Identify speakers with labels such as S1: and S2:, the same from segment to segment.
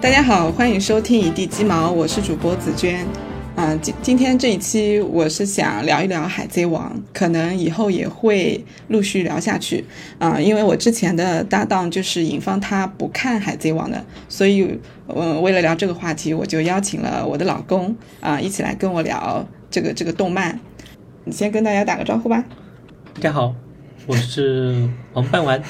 S1: 大家好，欢迎收听一地鸡毛，我是主播紫娟。今天这一期我是想聊一聊海贼王，可能以后也会陆续聊下去因为我之前的搭档就是尹芳，他不看海贼王的，所以为了聊这个话题，我就邀请了我的老公一起来跟我聊这个动漫。你先跟大家打个招呼吧。
S2: 大家好，我是王半丸。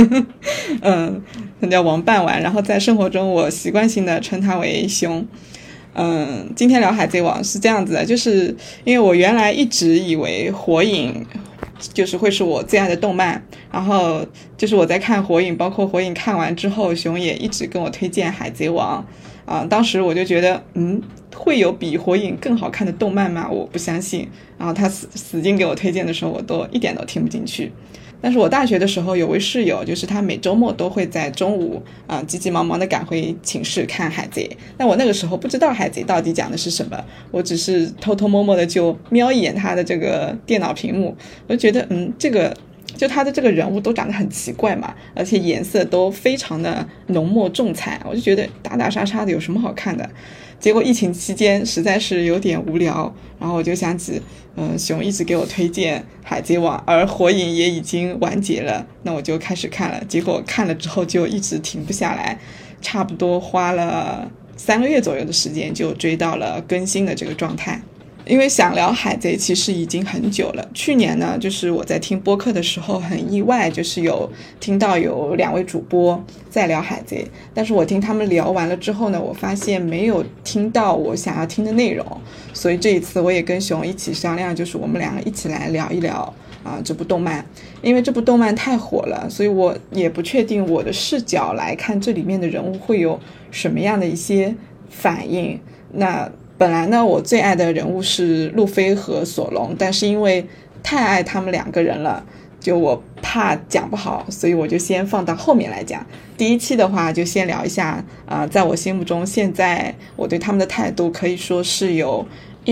S1: 他叫王半丸，然后在生活中我习惯性的称他为熊。今天聊海贼王是这样子的，就是因为我原来一直以为火影就是会是我最爱的动漫，然后就是我在看火影，包括火影看完之后，熊也一直跟我推荐海贼王当时我就觉得会有比火影更好看的动漫吗？我不相信。然后他死劲给我推荐的时候，我都一点都听不进去。但是我大学的时候有位室友，就是他每周末都会在中午急急忙忙的赶回寝室看海贼。但我那个时候不知道海贼到底讲的是什么，我只是偷偷摸摸的就瞄一眼他的这个电脑屏幕，我就觉得就他的这个人物都长得很奇怪嘛，而且颜色都非常的浓墨重彩，我就觉得打打杀杀的有什么好看的。结果疫情期间实在是有点无聊，然后我就想起熊一直给我推荐海贼王，而火影也已经完结了，那我就开始看了。结果看了之后就一直停不下来，差不多花了3个月左右的时间就追到了更新的这个状态。因为想聊海贼其实已经很久了，去年呢就是我在听播客的时候很意外，就是有听到有2位主播在聊海贼，但是我听他们聊完了之后呢，我发现没有听到我想要听的内容，所以这一次我也跟熊一起商量，就是我们2个一起来聊一聊这部动漫。因为这部动漫太火了，所以我也不确定我的视角来看这里面的人物会有什么样的一些反应。那本来呢，我最爱的人物是路飞和索隆，但是因为太爱他们2个人了，就我怕讲不好，所以我就先放到后面来讲。第一期的话就先聊一下在我心目中现在我对他们的态度可以说是有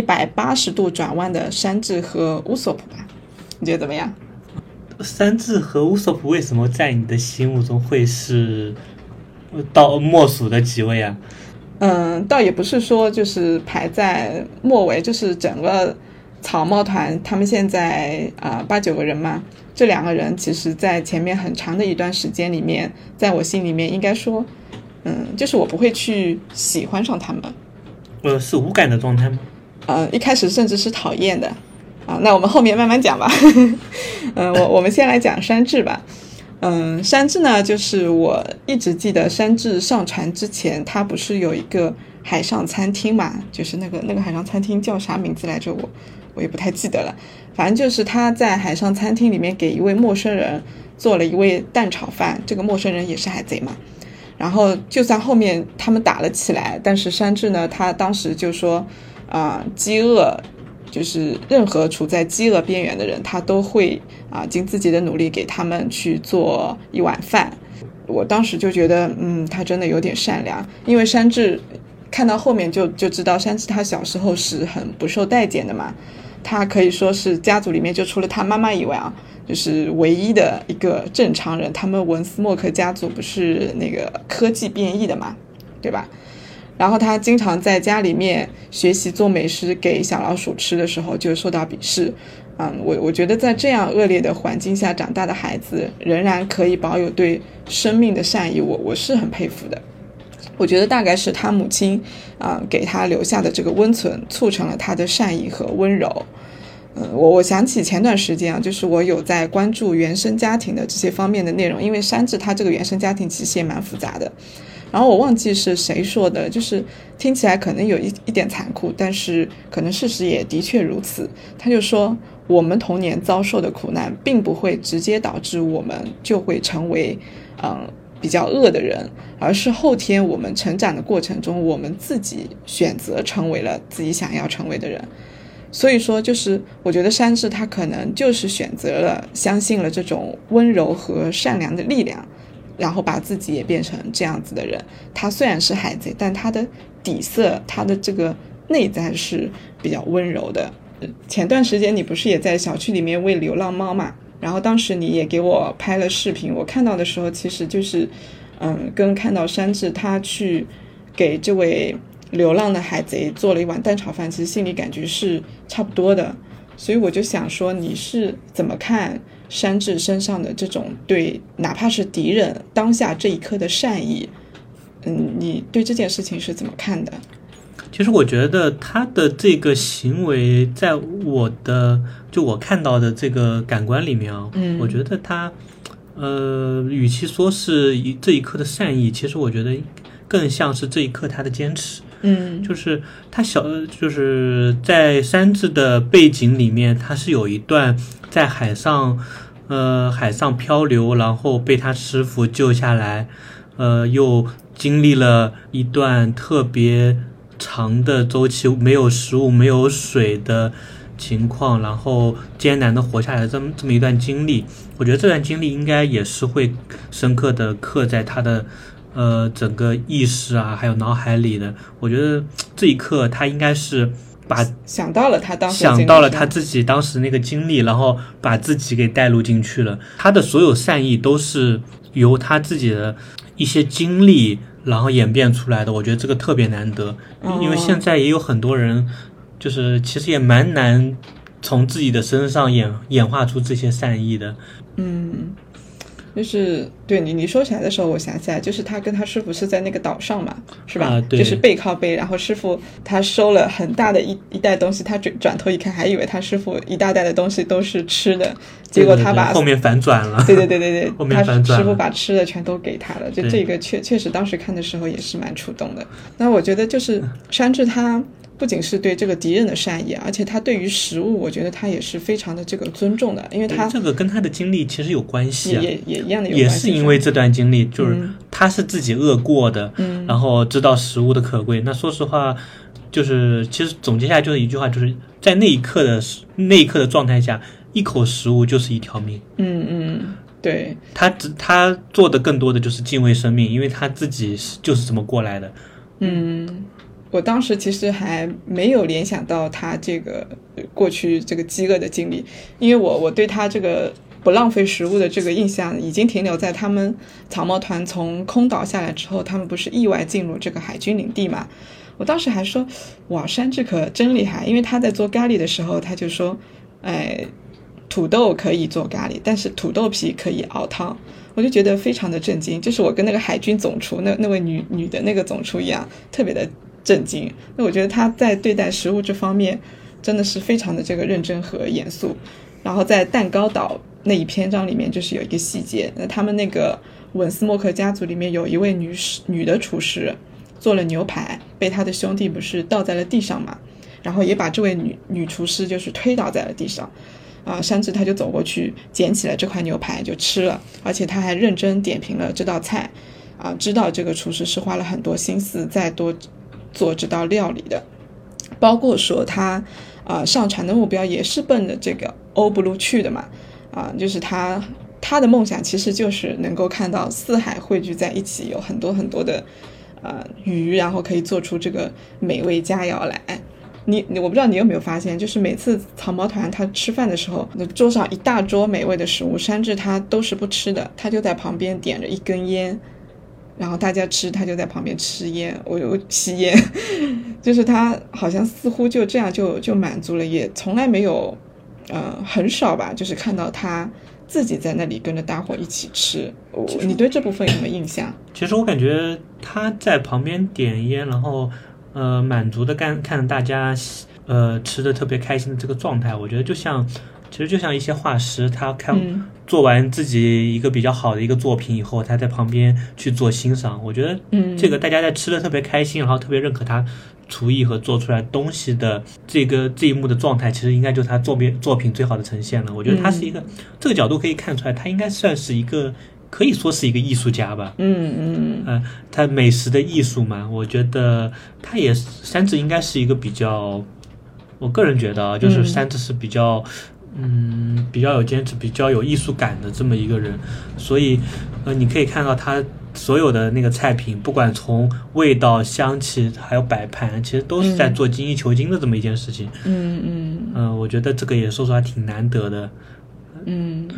S1: 180度转弯的山治和乌索普吧，你觉得怎么样？
S2: 山治和乌索普为什么在你的心目中会是到末数的几位啊？
S1: 倒也不是说就是排在末尾，就是整个草帽团他们现在8、9个人嘛，这2个人其实在前面很长的一段时间里面，在我心里面应该说就是我不会去喜欢上他们，
S2: 是无感的状态吗？
S1: 一开始甚至是讨厌的那我们后面慢慢讲吧。我们先来讲山治吧。山治呢，就是我一直记得山治上船之前，他不是有一个海上餐厅嘛，就是那个海上餐厅叫啥名字来着，我也不太记得了。反正就是他在海上餐厅里面给一位陌生人做了一位蛋炒饭，这个陌生人也是海贼嘛。然后就算后面他们打了起来，但是山治呢，他当时就说饥饿就是任何处在饥饿边缘的人，他都会尽自己的努力给他们去做一碗饭。我当时就觉得他真的有点善良，因为山治看到后面就知道山治他小时候是很不受待见的嘛，他可以说是家族里面就除了他妈妈以外就是唯一的一个正常人。他们文斯莫克家族不是那个科技变异的嘛，对吧？然后他经常在家里面学习做美食给小老鼠吃的时候就受到鄙视。我觉得在这样恶劣的环境下长大的孩子仍然可以保有对生命的善意，我是很佩服的。我觉得大概是他母亲给他留下的这个温存促成了他的善意和温柔。我想起前段时间就是我有在关注原生家庭的这些方面的内容，因为山治他这个原生家庭其实也蛮复杂的。然后我忘记是谁说的，就是听起来可能有一点残酷，但是可能事实也的确如此。他就说我们童年遭受的苦难并不会直接导致我们就会成为比较恶的人，而是后天我们成长的过程中，我们自己选择成为了自己想要成为的人。所以说就是我觉得山治他可能就是选择了相信了这种温柔和善良的力量，然后把自己也变成这样子的人。他虽然是海贼，但他的底色他的这个内在是比较温柔的。前段时间你不是也在小区里面喂流浪猫嘛，然后当时你也给我拍了视频，我看到的时候其实就是跟看到山治他去给这位流浪的海贼做了一碗蛋炒饭，其实心里感觉是差不多的。所以我就想说，你是怎么看山治身上的这种对哪怕是敌人当下这一刻的善意？你对这件事情是怎么看的？
S2: 其实我觉得他的这个行为，在我看到的这个感官里面啊，我觉得他，与其说是这一刻的善意，其实我觉得更像是这一刻他的坚持。就是他就是在山治的背景里面，他是有一段在海上漂流，然后被他师傅救下来，又经历了一段特别长的周期，没有食物没有水的情况，然后艰难的活下来的这么一段经历。我觉得这段经历应该也是会深刻的刻在他的整个意识啊还有脑海里的。我觉得这一刻他应该是
S1: 想到了他
S2: 自己当时那个经历，然后把自己给带入进去了。他的所有善意都是由他自己的一些经历然后演变出来的。我觉得这个特别难得，因为现在也有很多人就是其实也蛮难从自己的身上演化出这些善意的。
S1: 就是对你说起来的时候，我想起来，就是他跟他师傅是在那个岛上嘛，是吧？
S2: 对，
S1: 就是背靠背，然后师傅他收了很大的一袋东西，他转头一看，还以为他师傅一大袋的东西都是吃的，结果他把
S2: 后面反转了。
S1: 对，
S2: 后面反转了，
S1: 他师傅把吃的全都给他了。就这个确实当时看的时候也是蛮触动的。那我觉得就是山治他不仅是对这个敌人的善意，而且他对于食物，我觉得他也是非常的这个尊重的，因为他
S2: 这个跟他的经历其实有关系啊，
S1: 也一样的有关系，
S2: 也是因为这段经历，就是他是自己饿过的，然后知道食物的可贵。那说实话，就是其实总结下来就是一句话，就是在那一刻的状态下，一口食物就是一条命。
S1: 对，
S2: 他做的更多的就是敬畏生命，因为他自己就是这么过来的。
S1: 我当时其实还没有联想到他这个过去这个饥饿的经历，因为我对他这个不浪费食物的这个印象已经停留在他们草帽团从空岛下来之后，他们不是意外进入这个海军领地嘛。我当时还说，哇，山治可真厉害，因为他在做咖喱的时候他就说，土豆可以做咖喱，但是土豆皮可以熬汤。我就觉得非常的震惊，就是我跟那个海军总厨那位女的那个总厨一样，特别的震惊。那我觉得他在对待食物这方面真的是非常的这个认真和严肃。然后在蛋糕岛那一篇章里面就是有一个细节，那他们那个稳斯莫克家族里面有一位女的厨师做了牛排，被他的兄弟不是倒在了地上嘛，然后也把这位女厨师就是推倒在了地上。山治他就走过去捡起了这块牛排就吃了，而且他还认真点评了这道菜，知道这个厨师是花了很多心思在多做这道料理的，包括说他上船的目标也是奔着这个欧布鲁去的嘛，就是他的梦想其实就是能够看到四海汇聚在一起，有很多很多的鱼，然后可以做出这个美味佳肴来。我不知道你有没有发现，就是每次草帽团他吃饭的时候，桌上一大桌美味的食物，山治他都是不吃的，他就在旁边点着一根烟，然后大家吃他就在旁边吃烟，我吸烟就是他好像似乎就这样就满足了，也从来没有很少吧，就是看到他自己在那里跟着大伙一起吃。你对这部分有没有印象？
S2: 其实我感觉他在旁边点烟，然后满足的看着大家吃的特别开心的这个状态，我觉得其实就像一些画师，他做完自己一个比较好的一个作品以后，他在旁边去做欣赏。我觉得这个大家在吃的特别开心，然后特别认可他厨艺和做出来东西的这一幕的状态，其实应该就是他作品最好的呈现了。我觉得他是一个这个角度可以看出来，他应该算是一个可以说是一个艺术家吧。他美食的艺术嘛，我觉得山治应该是一个比较，我个人觉得就是山治是比较比较有坚持比较有艺术感的这么一个人。所以你可以看到他所有的那个菜品，不管从味道香气还有摆盘，其实都是在做精益求精的这么一件事情。我觉得这个也说实话挺难得的。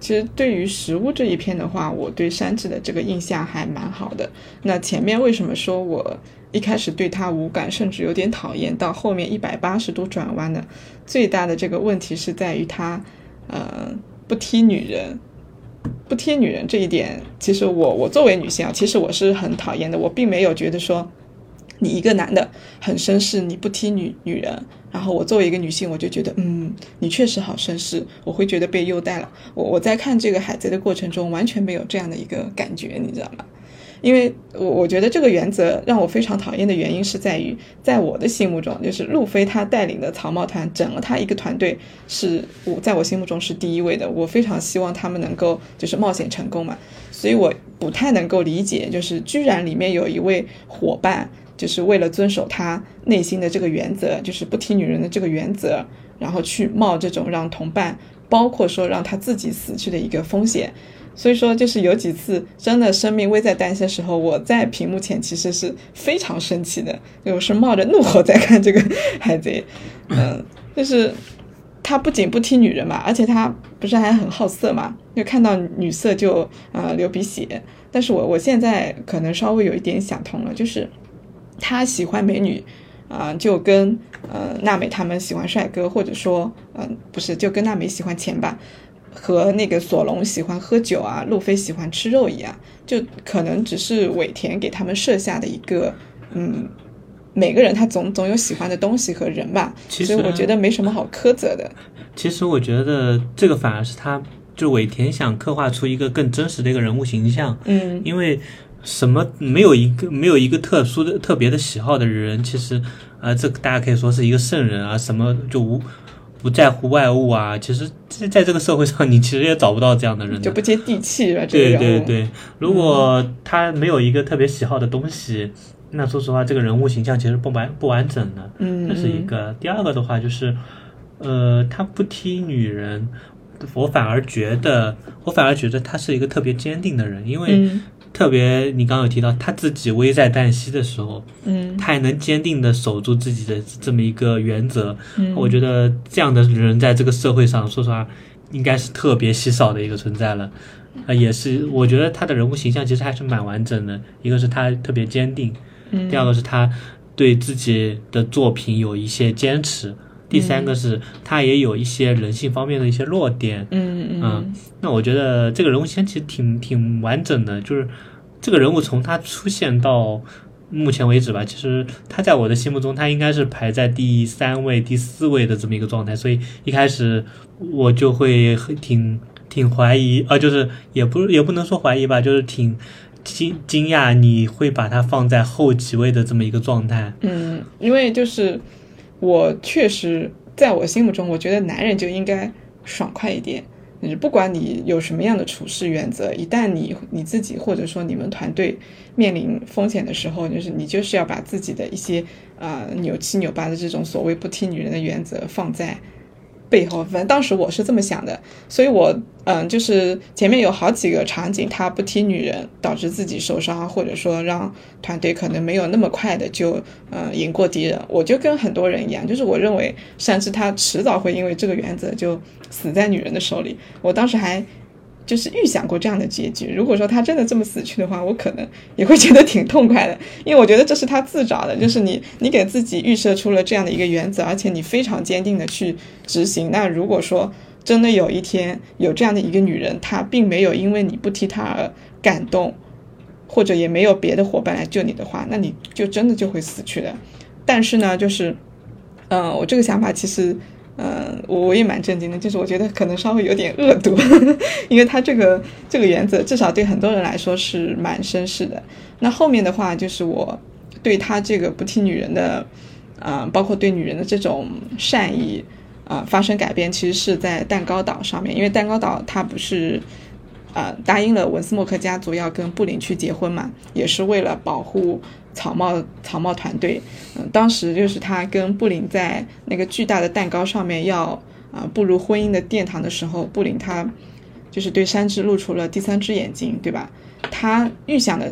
S1: 其实对于食物这一篇的话，我对山治的这个印象还蛮好的。那前面为什么说我一开始对他无感，甚至有点讨厌，到后面180度转弯呢？最大的这个问题是在于他不踢女人这一点，其实我作为女性啊，其实我是很讨厌的。我并没有觉得说你一个男的很绅士，你不踢女人，然后我作为一个女性，我就觉得你确实好绅士，我会觉得被优待了。我在看这个海贼的过程中完全没有这样的一个感觉，你知道吗？因为我觉得这个原则让我非常讨厌的原因是在于，在我的心目中，就是路飞他带领的草帽团整了他一个团队在我心目中是第一位的。我非常希望他们能够就是冒险成功嘛，所以我不太能够理解，就是居然里面有一位伙伴就是为了遵守他内心的这个原则，就是不踢女人的这个原则，然后去冒这种让同伴包括说让他自己死去的一个风险。所以说就是有几次真的生命危在旦夕的时候，我在屏幕前其实是非常生气的，我是冒着怒火在看这个海贼。就是他不仅不踢女人嘛，而且他不是还很好色嘛，就看到女色就流鼻血。但是我现在可能稍微有一点想通了，就是他喜欢美女就跟娜美他们喜欢帅哥，或者说不是，就跟娜美喜欢钱吧，和那个索隆喜欢喝酒啊，路飞喜欢吃肉一样，就可能只是尾田给他们设下的一个每个人他总有喜欢的东西和人吧，所以我觉得没什么好苛责的。
S2: 其实我觉得这个反而是他就尾田想刻画出一个更真实的一个人物形象。因为什么没有一个特别的喜好的人，其实这个大家可以说是一个圣人啊，什么就不在乎外物啊，其实在这个社会上你其实也找不到这样的人的，
S1: 就不接地气吧。
S2: 对对对，如果他没有一个特别喜好的东西，那说实话这个人物形象其实不完整的。这是一个。第二个的话就是他不踢女人，我反而觉得他是一个特别坚定的人，因为特别你刚刚有提到他自己危在旦夕的时候，他还能坚定的守住自己的这么一个原则。我觉得这样的人在这个社会上说实话应该是特别稀少的一个存在了。也是我觉得他的人物形象其实还是蛮完整的，一个是他特别坚定，第二个是他对自己的作品有一些坚持，第三个是他也有一些人性方面的一些弱点。那我觉得这个人物形象其实挺完整的，就是这个人物从他出现到目前为止吧，其实他在我的心目中他应该是排在第3位第4位的这么一个状态，所以一开始我就会挺怀疑就是也不能说怀疑吧，就是挺惊讶你会把它放在后几位的这么一个状态。
S1: 因为就是我确实在我心目中，我觉得男人就应该爽快一点，不管你有什么样的处事原则，一旦你自己或者说你们团队面临风险的时候，就是你就是要把自己的一些扭七扭八的这种所谓不踢女人的原则放在背后。反正当时我是这么想的，所以我就是前面有好几个场景他不踢女人导致自己受伤，或者说让团队可能没有那么快的就赢过敌人，我就跟很多人一样，就是我认为山治他迟早会因为这个原则就死在女人的手里。我当时还就是预想过这样的结局，如果说他真的这么死去的话，我可能也会觉得挺痛快的，因为我觉得这是他自找的，就是你给自己预设出了这样的一个原则，而且你非常坚定的去执行。那如果说真的有一天有这样的一个女人，她并没有因为你不踢她而感动，或者也没有别的伙伴来救你的话，那你就真的就会死去的。但是呢就是我这个想法其实我也蛮震惊的，就是我觉得可能稍微有点恶毒因为他这个原则至少对很多人来说是蛮绅士的。那后面的话就是我对他这个不踢女人的包括对女人的这种善意发生改变，其实是在蛋糕岛上面。因为蛋糕岛他不是答应了文斯莫克家族要跟布林去结婚嘛，也是为了保护草帽团队。当时就是他跟布林在那个巨大的蛋糕上面要步入婚姻的殿堂的时候，布林他就是对山治露出了第3只眼睛，对吧？他预想的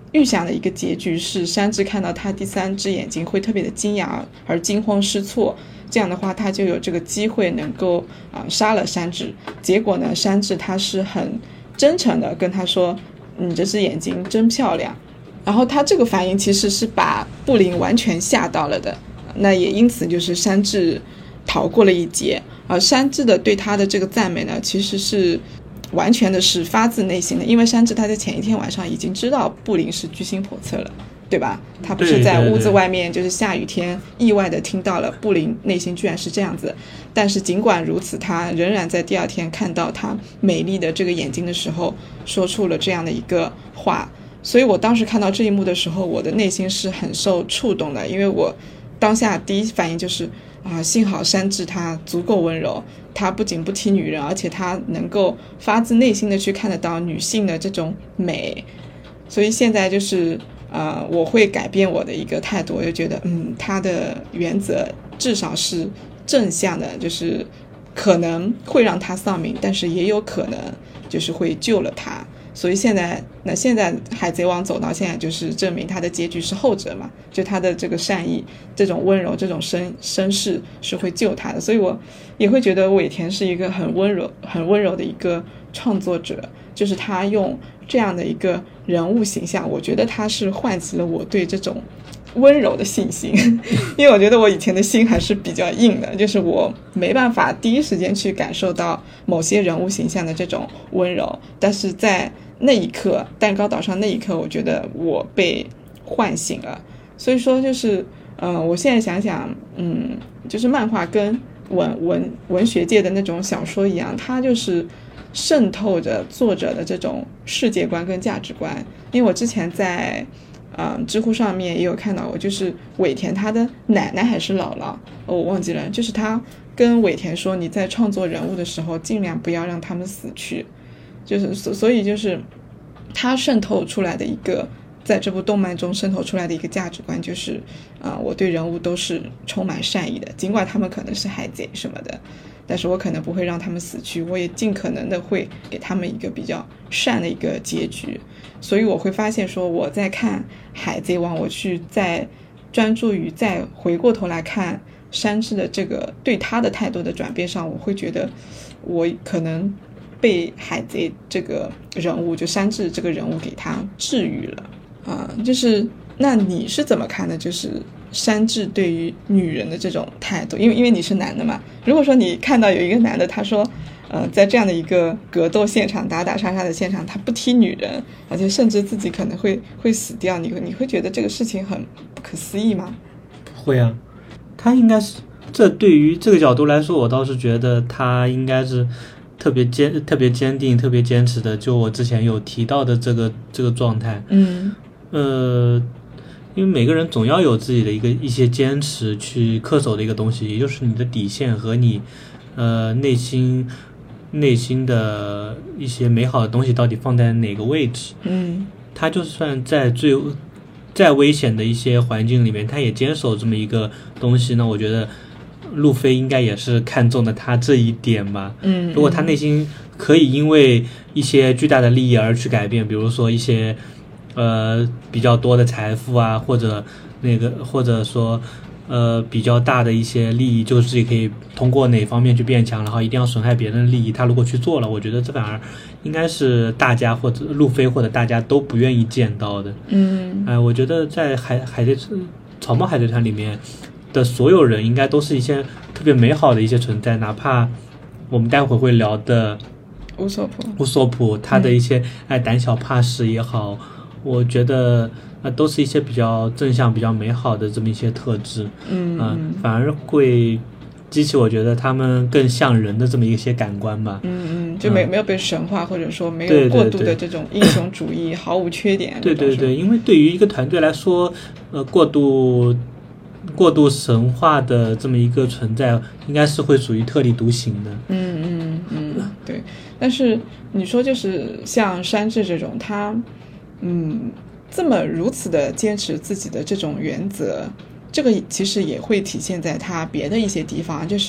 S1: 预想的一个结局是山治看到他第3只眼睛会特别的惊讶而惊慌失措，这样的话他就有这个机会能够杀了山治。结果呢，山治他是很真诚的跟他说，你这只眼睛真漂亮。然后他这个反应其实是把布林完全吓到了的，那也因此就是山治逃过了一劫。而山治的对他的这个赞美呢，其实是完全的是发自内心的，因为山治他在前一天晚上已经知道布林是居心叵测了，对吧？他不是在屋子外面就是下雨天意外的听到了布林内心居然是这样子，但是尽管如此，他仍然在第2天看到他美丽的这个眼睛的时候说出了这样的一个话。所以我当时看到这一幕的时候，我的内心是很受触动的，因为我当下第一反应就是幸好山治他足够温柔，他不仅不踢女人，而且他能够发自内心的去看得到女性的这种美。所以现在就是我会改变我的一个态度，我就觉得他的原则至少是正向的，就是可能会让他丧命，但是也有可能就是会救了他。所以现在海贼王走到现在就是证明他的结局是后者嘛，就他的这个善意，这种温柔，这种绅士是会救他的。所以我也会觉得尾田是一个很温柔的一个创作者，就是他用这样的一个人物形象，我觉得他是唤起了我对这种温柔的信心因为我觉得我以前的心还是比较硬的，就是我没办法第一时间去感受到某些人物形象的这种温柔，但是在那一刻，蛋糕岛上那一刻，我觉得我被唤醒了。所以说就是我现在想想就是漫画跟文学界的那种小说一样，它就是渗透着作者的这种世界观跟价值观。因为我之前在知乎上面也有看到过，就是尾田他的奶奶还是姥姥我忘记了，就是他跟尾田说，你在创作人物的时候尽量不要让他们死去，就是所以就是他渗透出来的一个，在这部动漫中渗透出来的一个价值观，就是我对人物都是充满善意的，尽管他们可能是海贼什么的，但是我可能不会让他们死去，我也尽可能的会给他们一个比较善的一个结局。所以我会发现说，我在看海贼王，我去再专注于再回过头来看山治的这个对他的态度的转变上，我会觉得我可能被海贼这个人物，就山治这个人物给他治愈了就是那你是怎么看的？就是山治对于女人的这种态度，因为你是男的嘛，如果说你看到有一个男的他说在这样的一个格斗现场，打打杀杀的现场，他不踢女人，而且甚至自己可能会死掉，你会觉得这个事情很不可思议吗？
S2: 会啊，他应该是，这对于这个角度来说，我倒是觉得他应该是特别坚定、特别坚持的。就我之前有提到的这个状态，因为每个人总要有自己的一些坚持去恪守的一个东西，也就是你的底线和你内心的一些美好的东西到底放在哪个位置。他就算在再危险的一些环境里面，他也坚守这么一个东西呢。我觉得路飞应该也是看中了他这一点吧。如果他内心可以因为一些巨大的利益而去改变，比如说一些比较多的财富啊，或者说比较大的一些利益，就是自己可以通过哪方面去变强，然后一定要损害别人的利益，他如果去做了，我觉得这反而应该是大家或者路飞或者大家都不愿意见到的。我觉得在草帽海贼团里面的所有人应该都是一些特别美好的一些存在，哪怕我们待会会聊的
S1: 乌索普
S2: 他的一些胆小怕事也好，我觉得都是一些比较正向比较美好的这么一些特质。反而会激起我觉得他们更像人的这么一些感官吧。
S1: 就没有被神化，或者说没有过度的这种英雄主义毫无缺点。
S2: 对，因为对于一个团队来说过度神话的这么一个存在应该是会属于特立独行的。
S1: 对。但是你说就是像山治这种，他这么如此的坚持自己的这种原则，这个其实也会体现在他别的一些地方，就是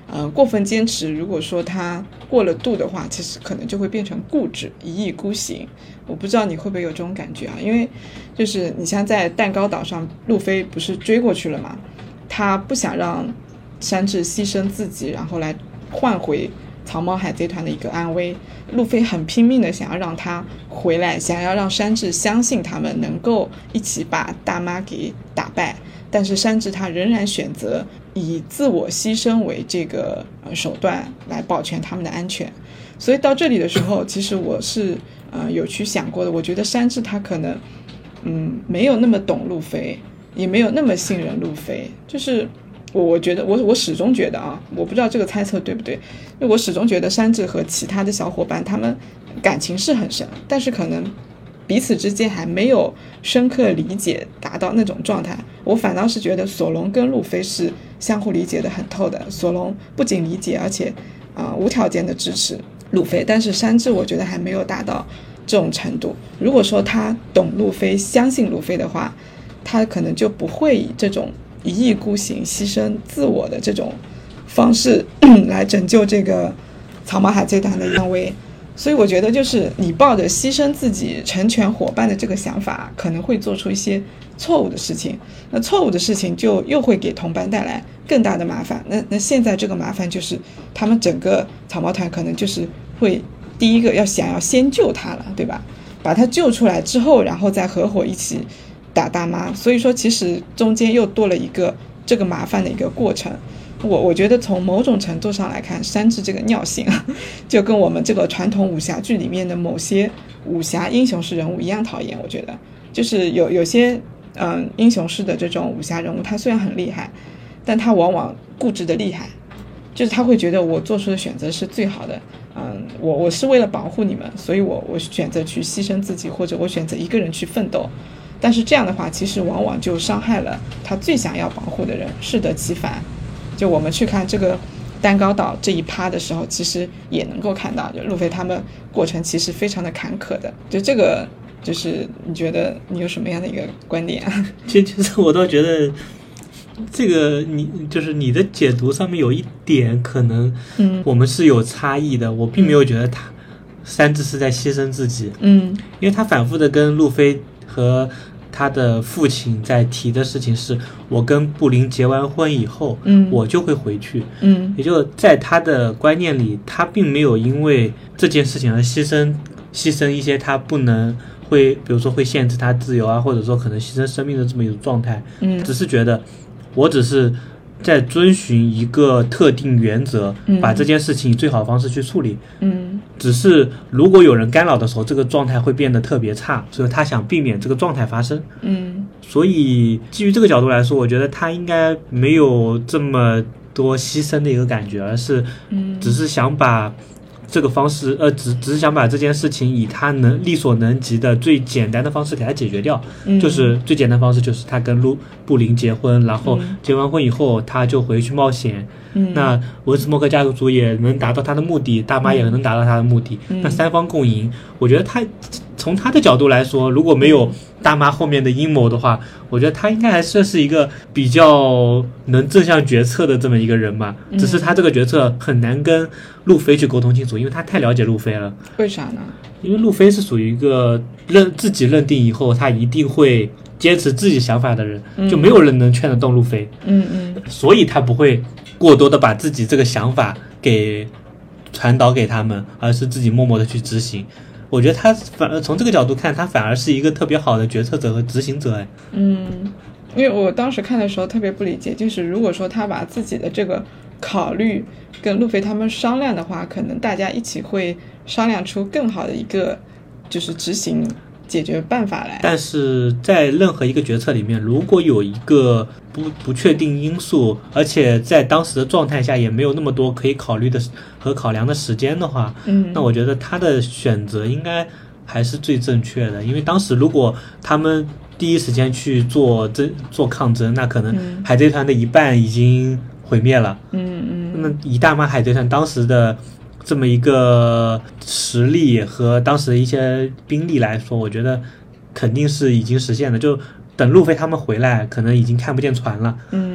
S1: 过分坚持，如果说他过了度的话，其实可能就会变成固执，一意孤行。我不知道你会不会有这种感觉啊？因为就是你像在蛋糕岛上，路飞不是追过去了吗？他不想让山治牺牲自己，然后来换回草帽海贼团的一个安危。路飞很拼命的想要让他回来，想要让山治相信他们能够一起把大妈给打败，但是山治他仍然选择以自我牺牲为这个手段来保全他们的安全。所以到这里的时候，其实我是有去想过的，我觉得山治他可能没有那么懂路飞，也没有那么信任路飞。就是我觉得我始终觉得啊，我不知道这个猜测对不对，因为我始终觉得山治和其他的小伙伴他们感情是很深，但是可能彼此之间还没有深刻理解达到那种状态。我反倒是觉得索隆跟路飞是相互理解的很透的，索隆不仅理解，而且无条件的支持路飞，但是山治我觉得还没有达到这种程度。如果说他懂路飞，相信路飞的话，他可能就不会以这种一意孤行、牺牲自我的这种方式来拯救这个草帽海贼团的安危。所以我觉得就是你抱着牺牲自己成全伙伴的这个想法，可能会做出一些错误的事情。那错误的事情就又会给同伴带来更大的麻烦。那现在这个麻烦就是他们整个草帽团可能就是会第一个想要先救他了，对吧？把他救出来之后，然后再合伙一起打大妈。所以说其实中间又多了一个这个麻烦的一个过程。我觉得从某种程度上来看，山治这个尿性就跟我们这个传统武侠剧里面的某些武侠英雄式人物一样讨厌。我觉得就是有些英雄式的这种武侠人物，他虽然很厉害，但他往往固执的厉害，就是他会觉得我做出的选择是最好的。我是为了保护你们，所以我选择去牺牲自己，或者我选择一个人去奋斗。但是这样的话，其实往往就伤害了他最想要保护的人，适得其反。就我们去看这个蛋糕岛这一趴的时候，其实也能够看到，就路飞他们过程其实非常的坎坷的。就这个，就是你觉得你有什么样的一个观点啊？
S2: 其实我倒觉得这个就是你的解读上面有一点可能我们是有差异的。我并没有觉得山治是在牺牲自己，因为他反复的跟路飞和他的父亲在提的事情是，我跟布林结完婚以后，我就会回去，也就在他的观念里，他并没有因为这件事情而牺牲一些他不能会，比如说会限制他自由啊，或者说可能牺牲生命的这么一种状态，只是觉得我只是在遵循一个特定原则，把这件事情以最好的方式去处理，只是如果有人干扰的时候，这个状态会变得特别差，所以他想避免这个状态发生。所以基于这个角度来说，我觉得他应该没有这么多牺牲的一个感觉，而是只是想把这个方式，只是想把这件事情以他力所能及的最简单的方式给他解决掉。就是最简单的方式就是他跟布林结婚，然后结完婚以后他就回去冒险。那文斯莫克家族也能达到他的目的，大妈也能达到他的目的，那三方共赢。我觉得他从他的角度来说，如果没有大妈后面的阴谋的话，我觉得他应该还算是一个比较能正向决策的这么一个人吧。只是他这个决策很难跟路飞去沟通清楚，因为他太了解路飞了。
S1: 为啥呢？
S2: 因为路飞是属于一个自己认定以后他一定会坚持自己想法的人，就没有人能劝得动路飞。所以他不会过多的把自己这个想法给传导给他们，而是自己默默的去执行。我觉得他从这个角度看，他反而是一个特别好的决策者和执行者。
S1: 因为我当时看的时候特别不理解，就是如果说他把自己的这个考虑跟路飞他们商量的话，可能大家一起会商量出更好的一个就是执行解决办法来。但
S2: 是在任何一个决策里面，如果有一个不确定因素，而且在当时的状态下也没有那么多可以考虑的和考量的时间的话，那我觉得他的选择应该还是最正确的。因为当时如果他们第一时间去做抗争，那可能海贼团的一半已经毁灭了。那以大妈海贼团当时的这么一个实力和当时的一些兵力来说，我觉得肯定是已经实现了。就等路飞他们回来，可能已经看不见船了。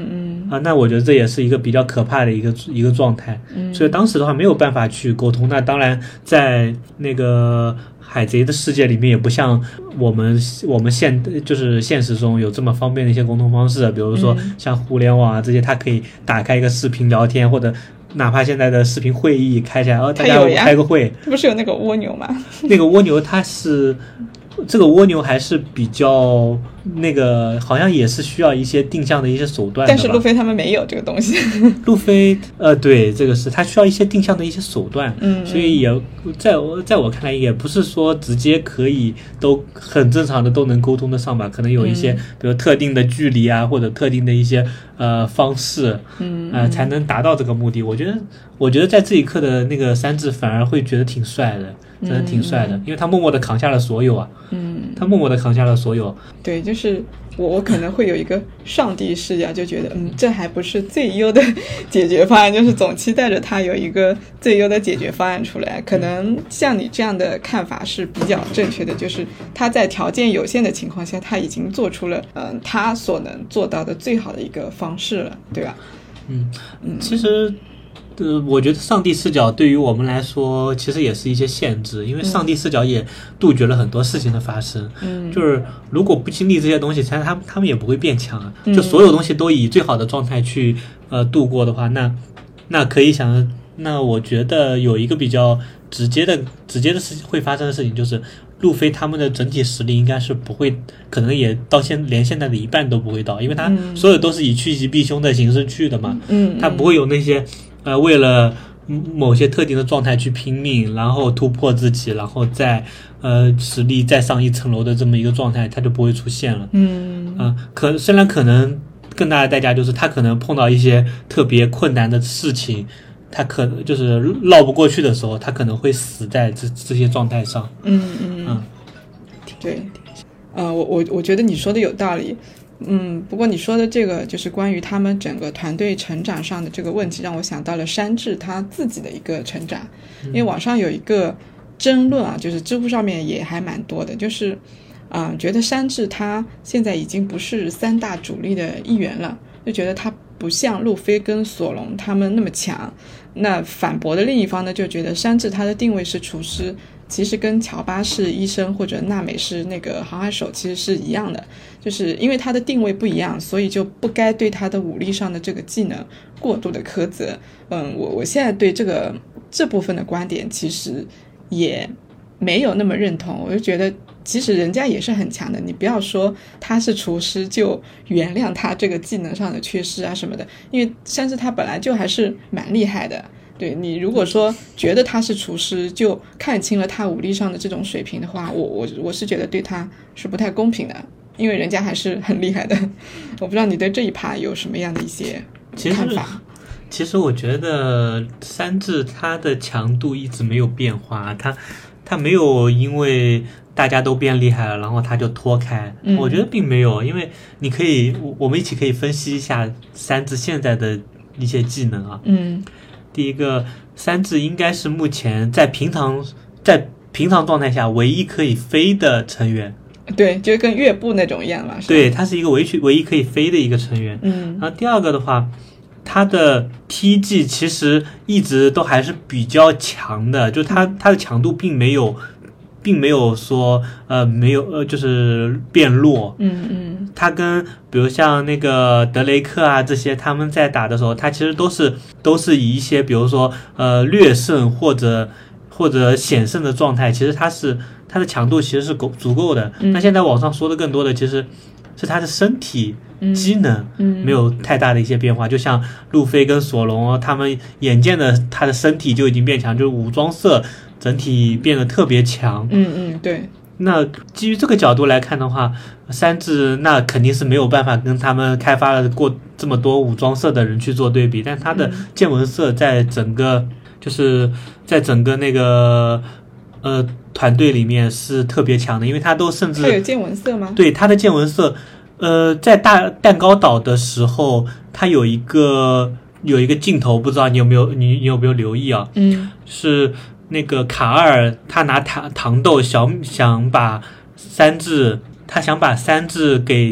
S2: 那我觉得这也是一个比较可怕的一个状态。所以当时的话没有办法去沟通。那当然，在那个海贼的世界里面，也不像我们就是现实中有这么方便的一些沟通方式，比如说像互联网啊这些，它可以打开一个视频聊天，或者哪怕现在的视频会议开起来，大家开个会，
S1: 不是有那个蜗牛吗？
S2: 那个蜗牛它是。这个蜗牛还是比较那个，好像也是需要一些定向的一些手段的吧。
S1: 但是路飞他们没有这个东西。
S2: 路飞对，这个是他需要一些定向的一些手段。所以也在我看来，也不是说直接可以都很正常的都能沟通得上吧。可能有一些，比如特定的距离啊，或者特定的一些方式，才能达到这个目的。我觉得在这一刻的那个三治反而会觉得挺帅的。真的挺帅的，因为他默默的扛下了所有啊。他默默的扛下了所有。
S1: 对，就是我可能会有一个上帝视角，就觉得这还不是最优的解决方案，就是总期待着他有一个最优的解决方案出来。可能像你这样的看法是比较正确的，就是他在条件有限的情况下，他已经做出了他所能做到的最好的一个方式了，对吧？
S2: 其实我觉得上帝视角对于我们来说其实也是一些限制，因为上帝视角也杜绝了很多事情的发生。就是如果不经历这些东西，他们也不会变强啊。就所有东西都以最好的状态去度过的话，那可以想，那我觉得有一个比较直接的事情会发生的事情，就是路飞他们的整体实力应该是不会，可能也到连现在的一半都不会到，因为他所有都是以趋吉避凶的形式去的嘛。他不会有那些为了某些特定的状态去拼命，然后突破自己，然后再实力再上一层楼的这么一个状态，他就不会出现了。虽然可能更大的代价就是他可能碰到一些特别困难的事情，他可能就是绕不过去的时候，他可能会死在这些状态上。
S1: 对，我觉得你说的有道理。不过你说的这个就是关于他们整个团队成长上的这个问题，让我想到了山治他自己的一个成长。因为网上有一个争论啊，就是知乎上面也还蛮多的，就是觉得山治他现在已经不是三大主力的一员了，就觉得他不像路飞跟索隆他们那么强。那反驳的另一方呢，就觉得山治他的定位是厨师，其实跟乔巴是医生或者娜美是那个航海手其实是一样的，就是因为他的定位不一样，所以就不该对他的武力上的这个技能过度的苛责。我现在对这部分的观点其实也没有那么认同。我就觉得其实人家也是很强的，你不要说他是厨师就原谅他这个技能上的缺失啊什么的，因为山治他本来就还是蛮厉害的。对，你如果说觉得他是厨师就看清了他武力上的这种水平的话，我是觉得对他是不太公平的，因为人家还是很厉害的。我不知道你对这一趴有什么样的一些看法。
S2: 其实我觉得山治他的强度一直没有变化，他没有因为大家都变厉害了然后他就脱开。我觉得并没有，因为我们一起可以分析一下山治现在的一些技能啊。第一个，山治应该是目前在平常状态下唯一可以飞的成员。
S1: 对，就跟月步那种一样嘛。
S2: 对，他是一个唯一可以飞的一个成员。然后第二个的话，他的 T 技其实一直都还是比较强的，就他的强度并没有说就是变弱。他跟比如像那个德雷克啊这些，他们在打的时候，他其实都是以一些比如说略胜或者险胜的状态，其实他的强度其实是足够的。那现在网上说的更多的其实是他的身体机能没有太大的一些变化。就像路飞跟索隆他们眼见的他的身体就已经变强，就是武装色整体变得特别强。
S1: 对。
S2: 那基于这个角度来看的话，山治那肯定是没有办法跟他们开发了过这么多武装色的人去做对比，但他的见闻色在整个那个团队里面是特别强的，因为他甚至
S1: 他有见闻色吗？
S2: 对，他的见闻色在蛋糕岛的时候，他有一个镜头，不知道你有没有留意啊？是那个卡尔他拿糖豆想把山治给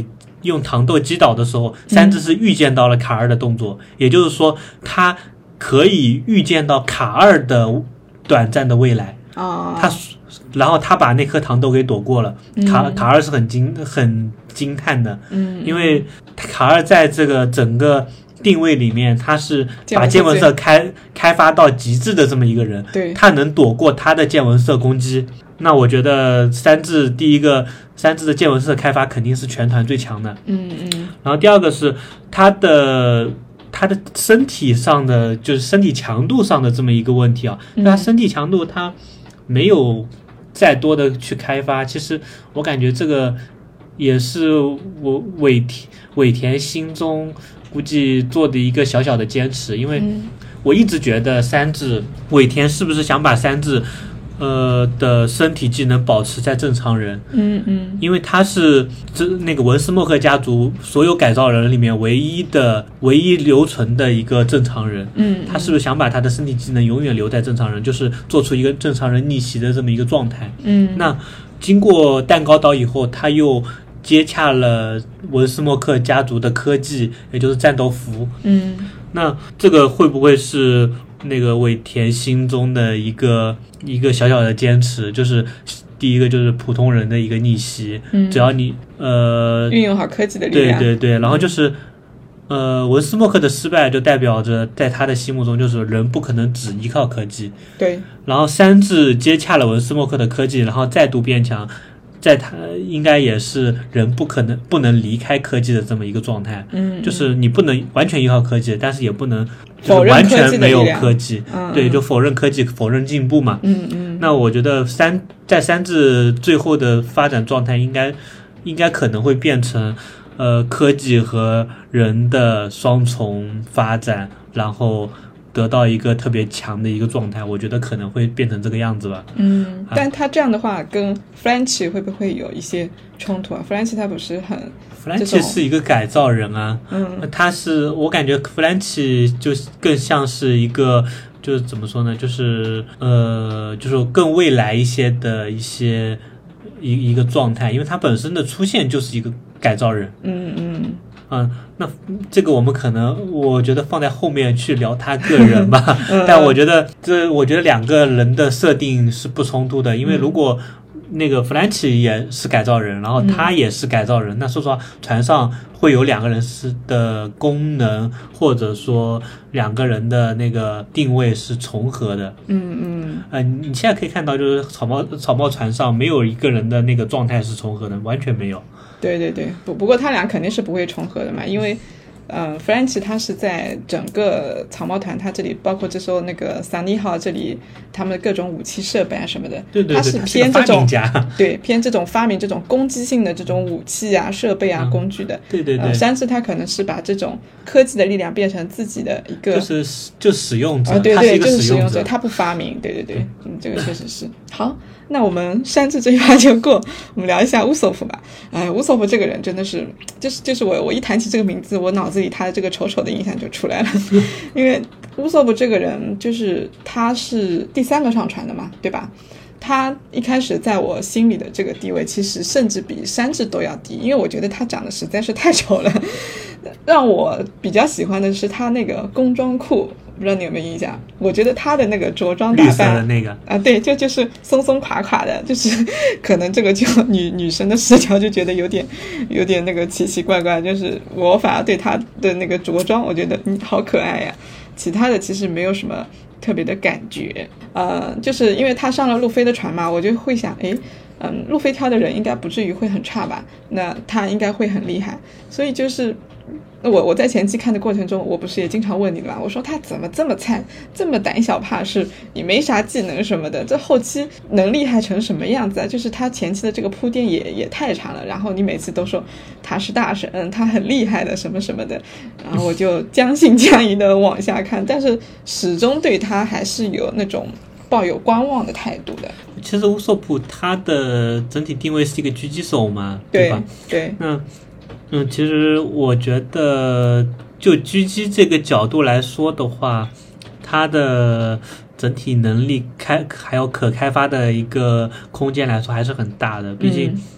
S2: 用糖豆击倒的时候，三只是预见到了卡尔的动作，也就是说他可以预见到卡尔的短暂的未来然后他把那颗糖豆给躲过了。卡尔是很惊叹的，因为卡尔在这个整个定位里面，他是把见闻色开发到极致的这么一个人，
S1: 对，
S2: 他能躲过他的见闻色攻击。那我觉得三智的见闻色开发肯定是全团最强的。然后第二个是他的身体上的，就是身体强度上的这么一个问题啊。他身体强度他没有再多的去开发，其实我感觉这个也是我尾田心中估计做的一个小小的坚持，因为我一直觉得尾田是不是想把三智的身体技能保持在正常人，因为他是那个文斯莫克家族所有改造人里面唯一留存的一个正常人，他是不是想把他的身体技能永远留在正常人，就是做出一个正常人逆袭的这么一个状态。那经过蛋糕岛以后，他又接洽了文斯莫克家族的科技，也就是战斗服。那这个会不会是那个尾田心中的一个小小的坚持？就是第一个就是普通人的一个逆袭，只要你
S1: 运用好科技的力量。
S2: 对，然后就是文斯莫克的失败就代表着在他的心目中就是人不可能只依靠科技。
S1: 对，
S2: 然后三智接洽了文斯莫克的科技，然后再度变强。在他应该也是人不能离开科技的这么一个状态，就是你不能完全依靠科技，但是也不能就是完全没有科技，对，就否认科技，否认进步嘛。那我觉得在三智最后的发展状态应该可能会变成科技和人的双重发展，然后得到一个特别强的一个状态，我觉得可能会变成这个样子吧。
S1: 但他这样的话跟 French 会不会有一些冲突啊？ French 他不是很
S2: French 是一个改造人啊，我感觉 French 就更像是一个，就是怎么说呢，就是就是更未来一些的一个状态，因为他本身的出现就是一个改造人。那这个我们可能我觉得放在后面去聊他个人吧。但我觉得两个人的设定是不冲突的，因为如果那个弗兰奇也是改造人，然后他也是改造人，那说实话船上会有两个人的功能或者说两个人的那个定位是重合的。你现在可以看到就是草帽船上没有一个人的那个状态是重合的，完全没有。
S1: 对，不过他俩肯定是不会重合的嘛，因为French 他是在整个草帽团，他这里包括这时候那个Sunny号这里他们的各种武器设备啊什么的，
S2: 对，
S1: 他是偏这种偏这种发明这种攻击性的这种武器啊设备啊工具的。
S2: 对，
S1: 山治他可能是把这种科技的力量变成自己的一个
S2: 就使用者。
S1: 对，
S2: 他是一个
S1: 就是
S2: 使用者，
S1: 他不发明。对，这个确实是。好，那我们山治这一趴就过，我们聊一下乌索夫吧。乌索夫这个人真的是就是我一谈起这个名字，我脑子里他的这个丑丑的印象就出来了。因为乌索夫这个人就是他是第3个上船的嘛，对吧？他一开始在我心里的这个地位其实甚至比山治都要低，因为我觉得他长得实在是太丑了。让我比较喜欢的是他那个工装裤，不知道你有没有印象？我觉得他的那个着装打扮，
S2: 绿色的那个
S1: 啊，对，就是松松垮垮的，就是可能这个就女生的视角就觉得有点那个奇奇怪怪，就是我反而对他的那个着装，我觉得好可爱呀。其他的其实没有什么特别的感觉，就是因为他上了路飞的船嘛，我就会想，路飞挑的人应该不至于会很差吧？那他应该会很厉害，所以就是我在前期看的过程中，我不是也经常问你的嘛？我说他怎么这么菜，这么胆小怕事，你没啥技能什么的，这后期能厉害成什么样子啊？就是他前期的这个铺垫也太长了，然后你每次都说他是大神，他很厉害的什么什么的，然后我就将信将疑的往下看，但是始终对他还是有那种抱有观望的态度的。
S2: 其实乌索普他的整体定位是一个狙击手嘛，对吧？
S1: 对。
S2: 其实我觉得就狙击这个角度来说的话，他的整体能力还有可开发的一个空间来说还是很大的。毕竟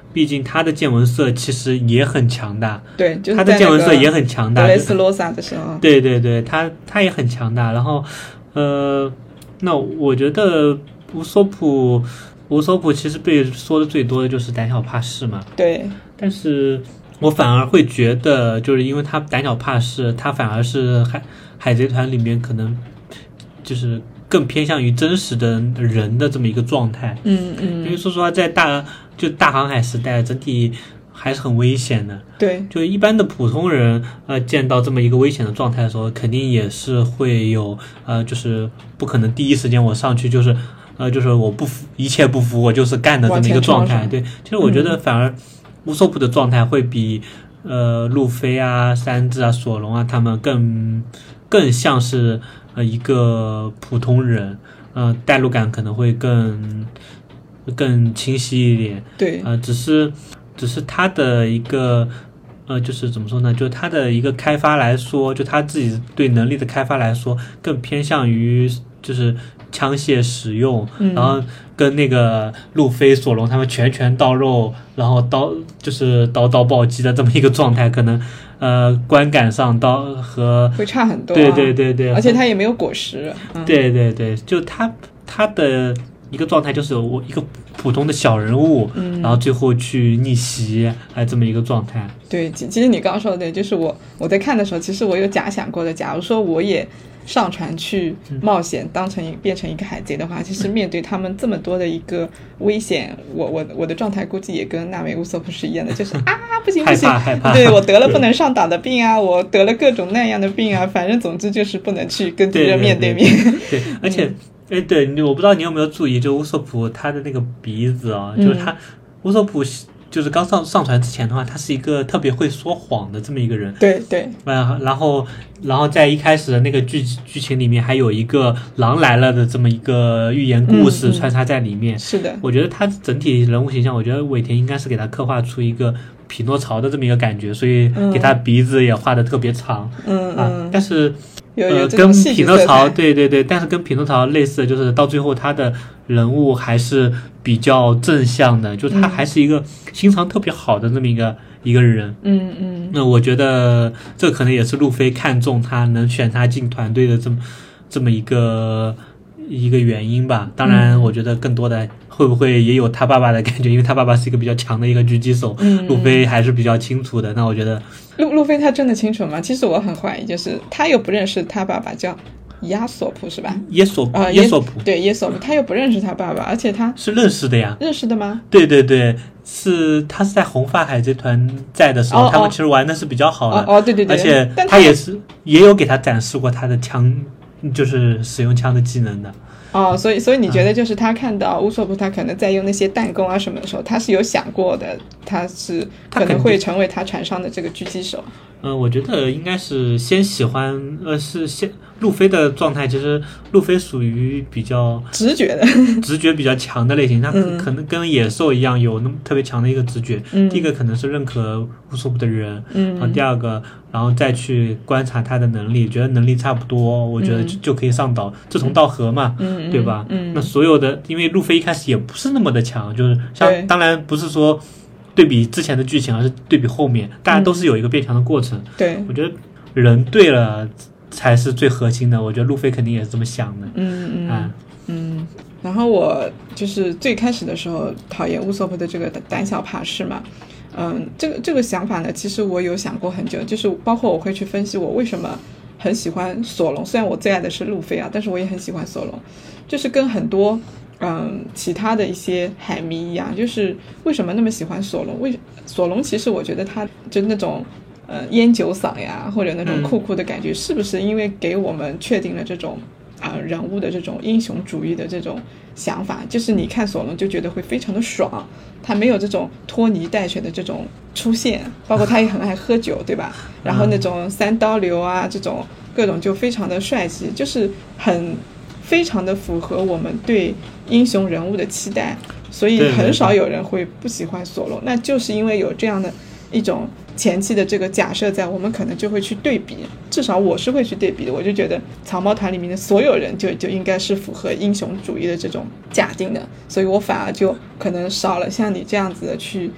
S2: 毕竟他的见闻色其实也很强大，
S1: 对，就是
S2: 他的见闻色也很强大。
S1: 德雷斯罗萨的时候，
S2: 对对对，他也很强大。然后那我觉得乌索普其实被说的最多的就是胆小怕事嘛。
S1: 对，
S2: 但是我反而会觉得，就是因为他胆小怕事，他反而是海贼团里面可能就是更偏向于真实的人的这么一个状态。因为说实话，在大航海时代，整体还是很危险的。
S1: 对，
S2: 就一般的普通人，见到这么一个危险的状态的时候，肯定也是会有，就是不可能第一时间我上去就是我不服，一切不服，我就是干的这么一个状态。对，其实我觉得反而乌索普的状态会比路飞啊、三只啊、索隆啊他们更像是一个普通人，代入感可能会更清晰一点。
S1: 对，
S2: 只是他的一个就是怎么说呢？就他的一个开发来说，就他自己对能力的开发来说，更偏向于就是枪械使用，然后跟那个路飞、索隆他们拳到肉，然后刀暴击的这么一个状态，可能观感上
S1: 会差很多。
S2: 对，
S1: 而且他也没有果实。
S2: 对，就他的一个状态就是我一个普通的小人物，然后最后去逆袭，这么一个状态。
S1: 对，其实你刚刚说的对，就是我在看的时候，其实我有假想过的，假如说我也上船去冒险，变成一个海贼的话，其实面对他们这么多的一个危险，我的状态估计也跟纳美乌索普是一样的，就是不行，
S2: 害怕，
S1: 对，我得了不能上岛的病啊，我得了各种那样的病啊，反正总之就是不能去跟敌人面对面。
S2: 对，而且对，我不知道你有没有注意，就乌索普他的那个鼻子啊，就是乌索普就是刚上船之前的话，他是一个特别会说谎的这么一个人。
S1: 对，
S2: 然后在一开始的那个剧情里面，还有一个狼来了的这么一个寓言故事穿插在里面。
S1: 是的，
S2: 我觉得他整体人物形象，我觉得尾田应该是给他刻画出一个匹诺曹的这么一个感觉，所以给他鼻子也画的特别长。但是跟匹诺曹对，但是跟匹诺曹类似的就是到最后他的人物还是比较正向的，就他还是一个心肠特别好的这么一个人。那我觉得这可能也是路飞看中他能选他进团队的这么一个原因吧。当然我觉得更多的会不会也有他爸爸的感觉，因为他爸爸是一个比较强的一个狙击手，路飞还是比较清楚的。那我觉得
S1: 路飞他真的清楚吗？其实我很怀疑，就是他又不认识他爸爸叫亚索普是吧？
S2: 耶索普，
S1: 对，耶索普，他又不认识他爸爸，而且他
S2: 是认识的呀。
S1: 认识的吗？
S2: 对，他是在红发海贼团在的时候，他们其实玩的是比较好的。
S1: 对，
S2: 而且他也有给他展示过他的枪，就是使用枪的技能的。
S1: 所以你觉得就是他看到乌索普他可能在用那些弹弓啊什么的时候，他是有想过的，他可能会成为他船上的这个狙击手。
S2: 我觉得应该是先喜欢，路飞的状态，其实路飞属于比较直觉比较强的类型，他可能跟野兽一样有那么特别强的一个直觉。第一个可能是认可乌索普的人，然后第二个，然后再去观察他的能力，觉得能力差不多，我觉得就可以上岛，志同道合嘛，对吧？那所有的，因为路飞一开始也不是那么的强，就是当然不是说对比之前的剧情，而是对比后面，大家都是有一个变强的过程。
S1: 对，
S2: 我觉得人对了才是最核心的，我觉得路飞肯定也是这么想的。
S1: 然后我就是最开始的时候讨厌乌索普的这个胆小怕事嘛。这个想法呢，其实我有想过很久，就是包括我会去分析我为什么很喜欢索隆，虽然我最爱的是路飞啊，但是我也很喜欢索隆，就是跟很多其他的一些海迷一样，就是为什么那么喜欢索隆？索隆其实我觉得他就那种烟酒嗓呀，或者那种酷酷的感觉，是不是因为给我们确定了这种人物的这种英雄主义的这种想法，就是你看索隆就觉得会非常的爽，他没有这种拖泥带水的这种出现，包括他也很爱喝酒，对吧？然后那种三刀流啊，这种各种就非常的帅气，就是非常的符合我们对英雄人物的期待，所以很少有人会不喜欢索隆。那就是因为有这样的一种前期的这个假设在，我们可能就会去对比，至少我是会去对比的。我就觉得草帽团里面的所有人就应该是符合英雄主义的这种假定的，所以我反而就可能少了像你这样子的去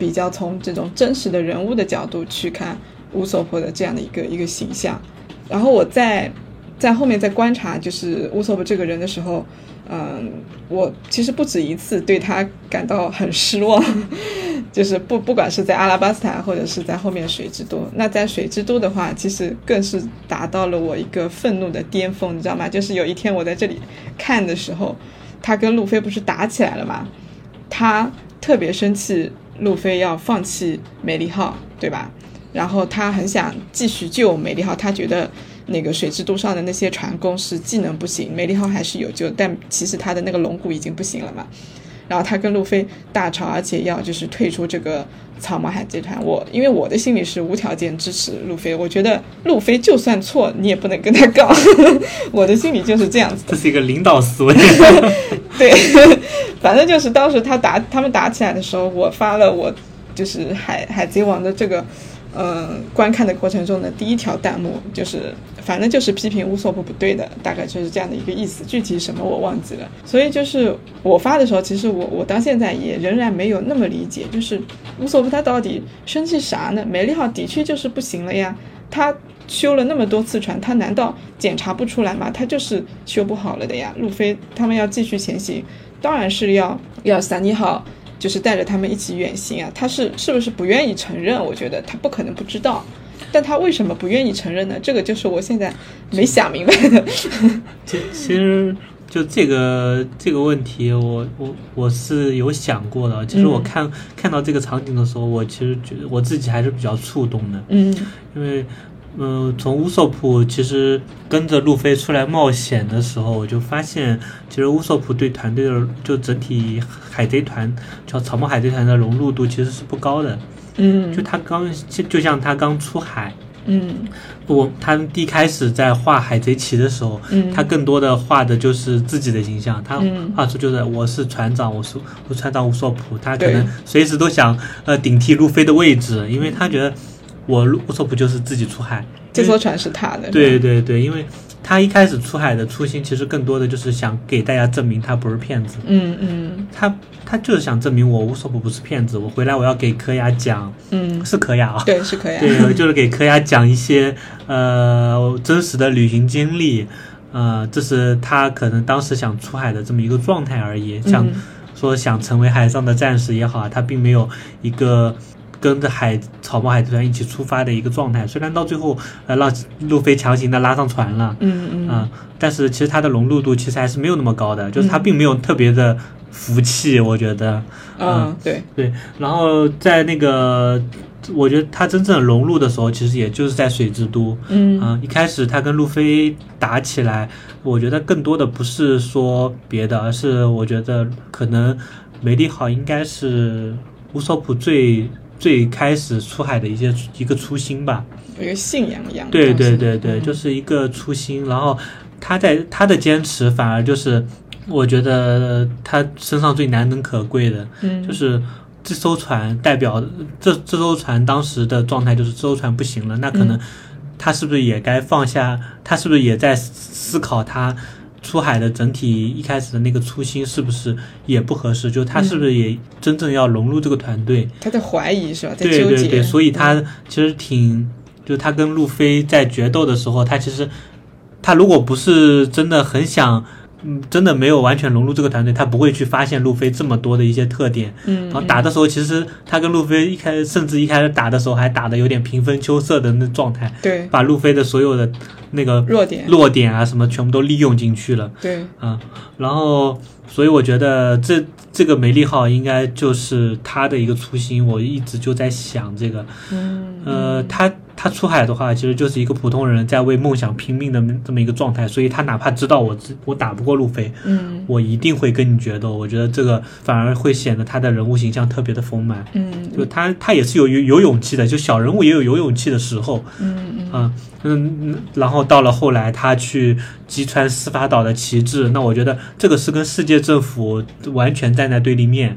S1: 比较从这种真实的人物的角度去看乌索普的这样的一个形象。然后我在后面在观察就是乌索普这个人的时候，我其实不止一次对他感到很失望，就是不管是在阿拉巴斯塔或者是在后面水之都。那在水之都的话，其实更是达到了我一个愤怒的巅峰，你知道吗？就是有一天我在这里看的时候，他跟路飞不是打起来了吗？他特别生气路飞要放弃美丽号，对吧？然后他很想继续救美丽号，他觉得那个水之都上的那些船工是技能不行，美丽号还是有救，但其实他的那个龙骨已经不行了嘛。然后他跟路飞大吵，而且要就是退出这个草帽海贼团。因为我的心里是无条件支持路飞，我觉得路飞就算错你也不能跟他杠我的心里就是这样子的。
S2: 这是一个领导思维
S1: 对反正就是当时他们打起来的时候，我发了我就是海贼王的这个观看的过程中的第一条弹幕，就是反正就是批评乌索普不对的，大概就是这样的一个意思，具体什么我忘记了。所以就是我发的时候，其实我到现在也仍然没有那么理解，就是乌索普他到底生气啥呢？美丽号的确就是不行了呀，他修了那么多次船，他难道检查不出来吗？他就是修不好了的呀。路飞他们要继续前行，当然是要三一号就是带着他们一起远行啊。他是不是不愿意承认？我觉得他不可能不知道，但他为什么不愿意承认呢？这个就是我现在没想明白的
S2: 其实就这个问题我是有想过的。其实我看到这个场景的时候，我其实觉得我自己还是比较触动的。因为从乌索普其实跟着路飞出来冒险的时候，我就发现其实乌索普对团队的就整体海贼团叫草帽海贼团的融入度其实是不高的。就像他刚出海，他一开始在画海贼旗的时候，他更多的画的就是自己的形象，他画出就是我是船长，我是船长乌索普，他可能随时都想顶替路飞的位置，因为他觉得乌索普就是自己出海，
S1: 这艘船是他的。
S2: 对对对，因为他一开始出海的初心其实更多的就是想给大家证明他不是骗子。他就是想证明我乌索普不是骗子，我回来我要给科亚讲，是科亚啊，
S1: 对，是科亚，
S2: 对，就是给科亚讲一些真实的旅行经历，这是他可能当时想出海的这么一个状态而已。想成为海上的战士也好，他并没有一个跟着草帽海贼团一起出发的一个状态。虽然到最后让路飞强行的拉上船了，但是其实他的融入度其实还是没有那么高的，就是他并没有特别的服气，我觉得。
S1: 对
S2: 对。然后在那个我觉得他真正融入的时候，其实也就是在水之都。一开始他跟路飞打起来，我觉得更多的不是说别的，而是我觉得可能美丽号应该是乌索普最开始出海的一个初心吧，
S1: 一个信仰一样的。
S2: 对对对对，就是一个初心。然后他的坚持反而就是我觉得他身上最难能可贵的，就是这艘船代表这艘船当时的状态就是这艘船不行了，那可能他是不是也该放下？他是不是也在思考他出海的整体一开始的那个初心是不是也不合适？就他是不是也真正要融入这个团队？
S1: 他在怀疑是吧？在纠结。
S2: 对对对，所以他其实就他跟路飞在决斗的时候，他如果不是真的很想。真的没有完全融入这个团队，他不会去发现路飞这么多的一些特点。然后打的时候，其实他跟路飞甚至一开始打的时候还打的有点平分秋色的那状态，
S1: 对，
S2: 把路飞的所有的那个弱点啊什么全部都利用进去了。
S1: 对，
S2: 然后所以我觉得这个美丽号应该就是他的一个初心，我一直就在想这个。他出海的话，其实就是一个普通人在为梦想拼命的这么一个状态，所以他哪怕知道我打不过路飞，我一定会跟你决斗。我觉得这个反而会显得他的人物形象特别的丰满。就他也是有勇气的，就小人物也有勇气的时候。然后到了后来，他去击穿司法岛的旗帜，那我觉得这个是跟世界政府完全站在对立面。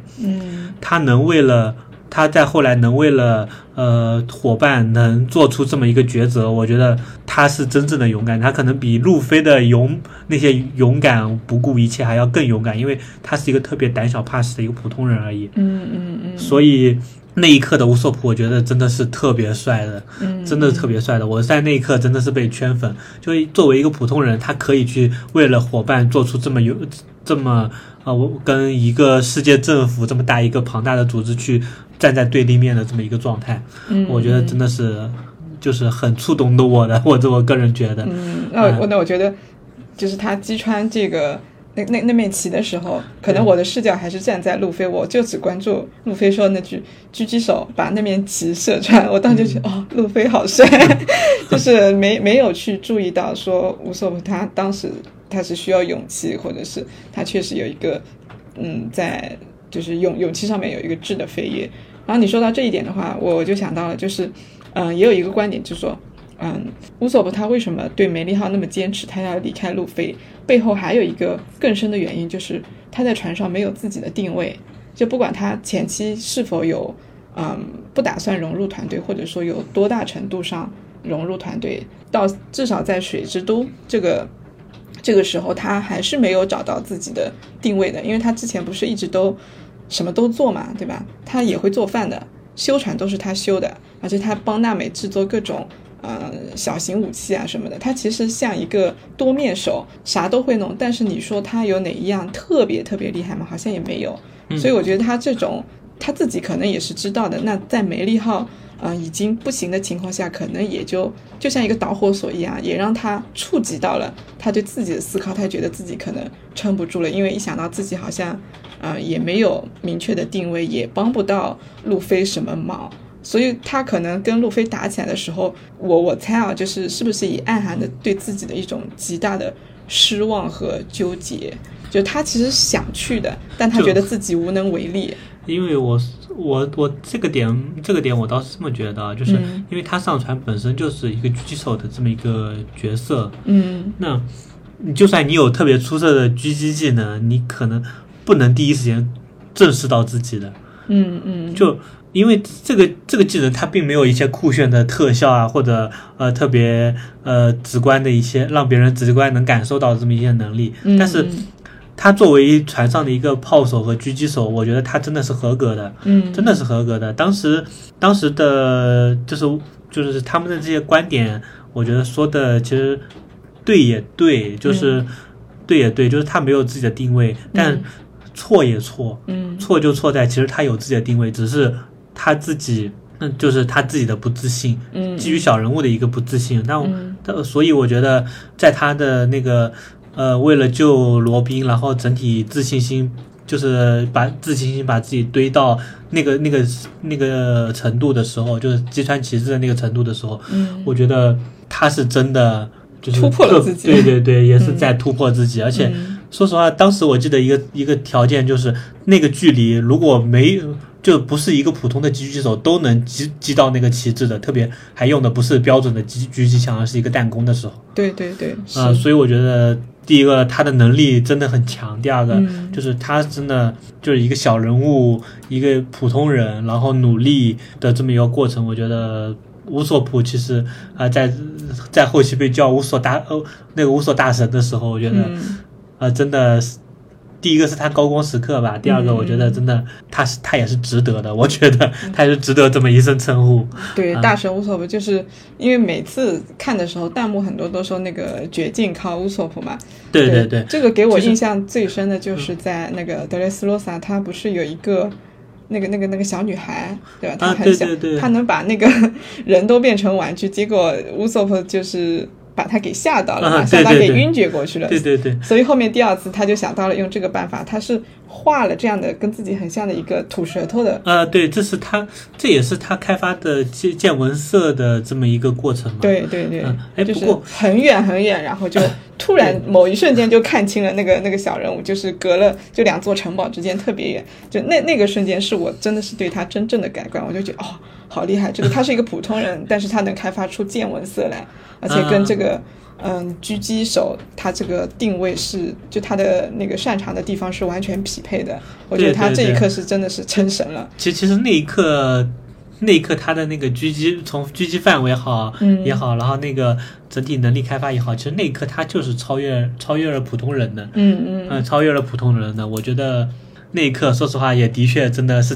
S2: 他在后来能为了伙伴能做出这么一个抉择，我觉得他是真正的勇敢，他可能比路飞的那些勇敢不顾一切还要更勇敢，因为他是一个特别胆小怕死的一个普通人而已。所以那一刻的乌索普，我觉得真的是特别帅的，真的是特别帅的。我在那一刻真的是被圈粉，就作为一个普通人，他可以去为了伙伴做出这么我跟一个世界政府这么大一个庞大的组织去站在对立面的这么一个状态，我觉得真的是就是很触动的我个人觉得。
S1: 那我觉得就是他击穿这个那面旗的时候，可能我的视角还是站在路飞，我就只关注路飞说那句狙击手把那面旗射穿，我当时就觉得路飞好帅，就是没有去注意到说乌索普他当时他是需要勇气，或者是他确实有一个在就是勇气上面有一个质的飞跃。然后你说到这一点的话，我就想到了，就是也有一个观点就是说乌索普他为什么对梅利号那么坚持，他要离开路飞，背后还有一个更深的原因，就是他在船上没有自己的定位。就不管他前期是否有不打算融入团队，或者说有多大程度上融入团队，到至少在水之都这个时候，他还是没有找到自己的定位的。因为他之前不是一直都什么都做嘛，对吧？他也会做饭的，修船都是他修的，而且他帮娜美制作各种小型武器啊什么的，他其实像一个多面手，啥都会弄。但是你说他有哪一样特别特别厉害吗？好像也没有。所以我觉得他这种他自己可能也是知道的。那在梅利号已经不行的情况下，可能也就像一个导火索一样，也让他触及到了他对自己的思考。他觉得自己可能撑不住了，因为一想到自己好像也没有明确的定位，也帮不到路飞什么忙，所以他可能跟路飞打起来的时候，我猜啊，就是是不是也暗含的对自己的一种极大的失望和纠结。就他其实想去的，但他觉得自己无能为力。
S2: 因为我这个点我倒是这么觉得，就是因为他上船本身就是一个狙击手的这么一个角色，那就算你有特别出色的狙击技能，你可能不能第一时间正视到自己的，就因为这个技能它并没有一些酷炫的特效啊，或者特别直观的一些让别人直观能感受到这么一些能力，但是他作为船上的一个炮手和狙击手，我觉得他真的是合格的，真的是合格的。当时的就是他们的这些观点，我觉得说的其实对也对，就是对也对，就是他没有自己的定位，但错也错，错就错在其实他有自己的定位，只是他自己就是他自己的不自信，基于小人物的一个不自信。所以我觉得在他的那个为了救罗宾，然后整体自信心就是把自己堆到那个程度的时候，就是击穿旗帜的那个程度的时候，我觉得他是真的就是
S1: 突破了自己，
S2: 对，也是在突破自己。而且说实话，当时我记得一个条件就是那个距离如果就不是一个普通的狙击手都能击到那个旗帜的，特别还用的不是标准的狙击枪，而是一个弹弓的时候。
S1: 对，
S2: 所以我觉得第一个他的能力真的很强，第二个就是他真的就是一个小人物，一个普通人，然后努力的这么一个过程。我觉得乌索普其实在后期被叫那个乌索大神的时候，我觉得真的第一个是他高光时刻吧，第二个我觉得真的他也是值得的，我觉得他也是值得这么一声称呼。
S1: 对，大神乌索普，就是因为每次看的时候弹幕很多都说那个绝境靠乌索普嘛。
S2: 对，
S1: 这个给我印象最深的就是在那个德雷斯罗萨，他不是有一个那个小女孩，对吧？她很小，
S2: 对，
S1: 她能把那个人都变成玩具，结果乌索普就是把他给吓到了，把他给晕厥过去了。
S2: 对，
S1: 所以后面第二次他就想到了用这个办法，他是画了这样的跟自己很像的一个吐舌头的。
S2: 对，这也是他开发的见闻色的这么一个过程嘛。
S1: 对，
S2: 不过
S1: 很远很远，然后就突然某一瞬间就看清了那个小人物，就是隔了就两座城堡之间特别远，就那个瞬间是我真的是对他真正的改观，我就觉得好厉害，这个他是一个普通人，但是他能开发出见闻色来，而且跟这个狙击手他这个定位是就他的那个擅长的地方是完全匹配的。我觉得他这一刻是真的是称神了。
S2: 其实那一刻他的那个从狙击范围也好，然后那个整体能力开发也好，其实那一刻他就是超越了普通人的，超越了普通人的。我觉得那一刻说实话也的确真的是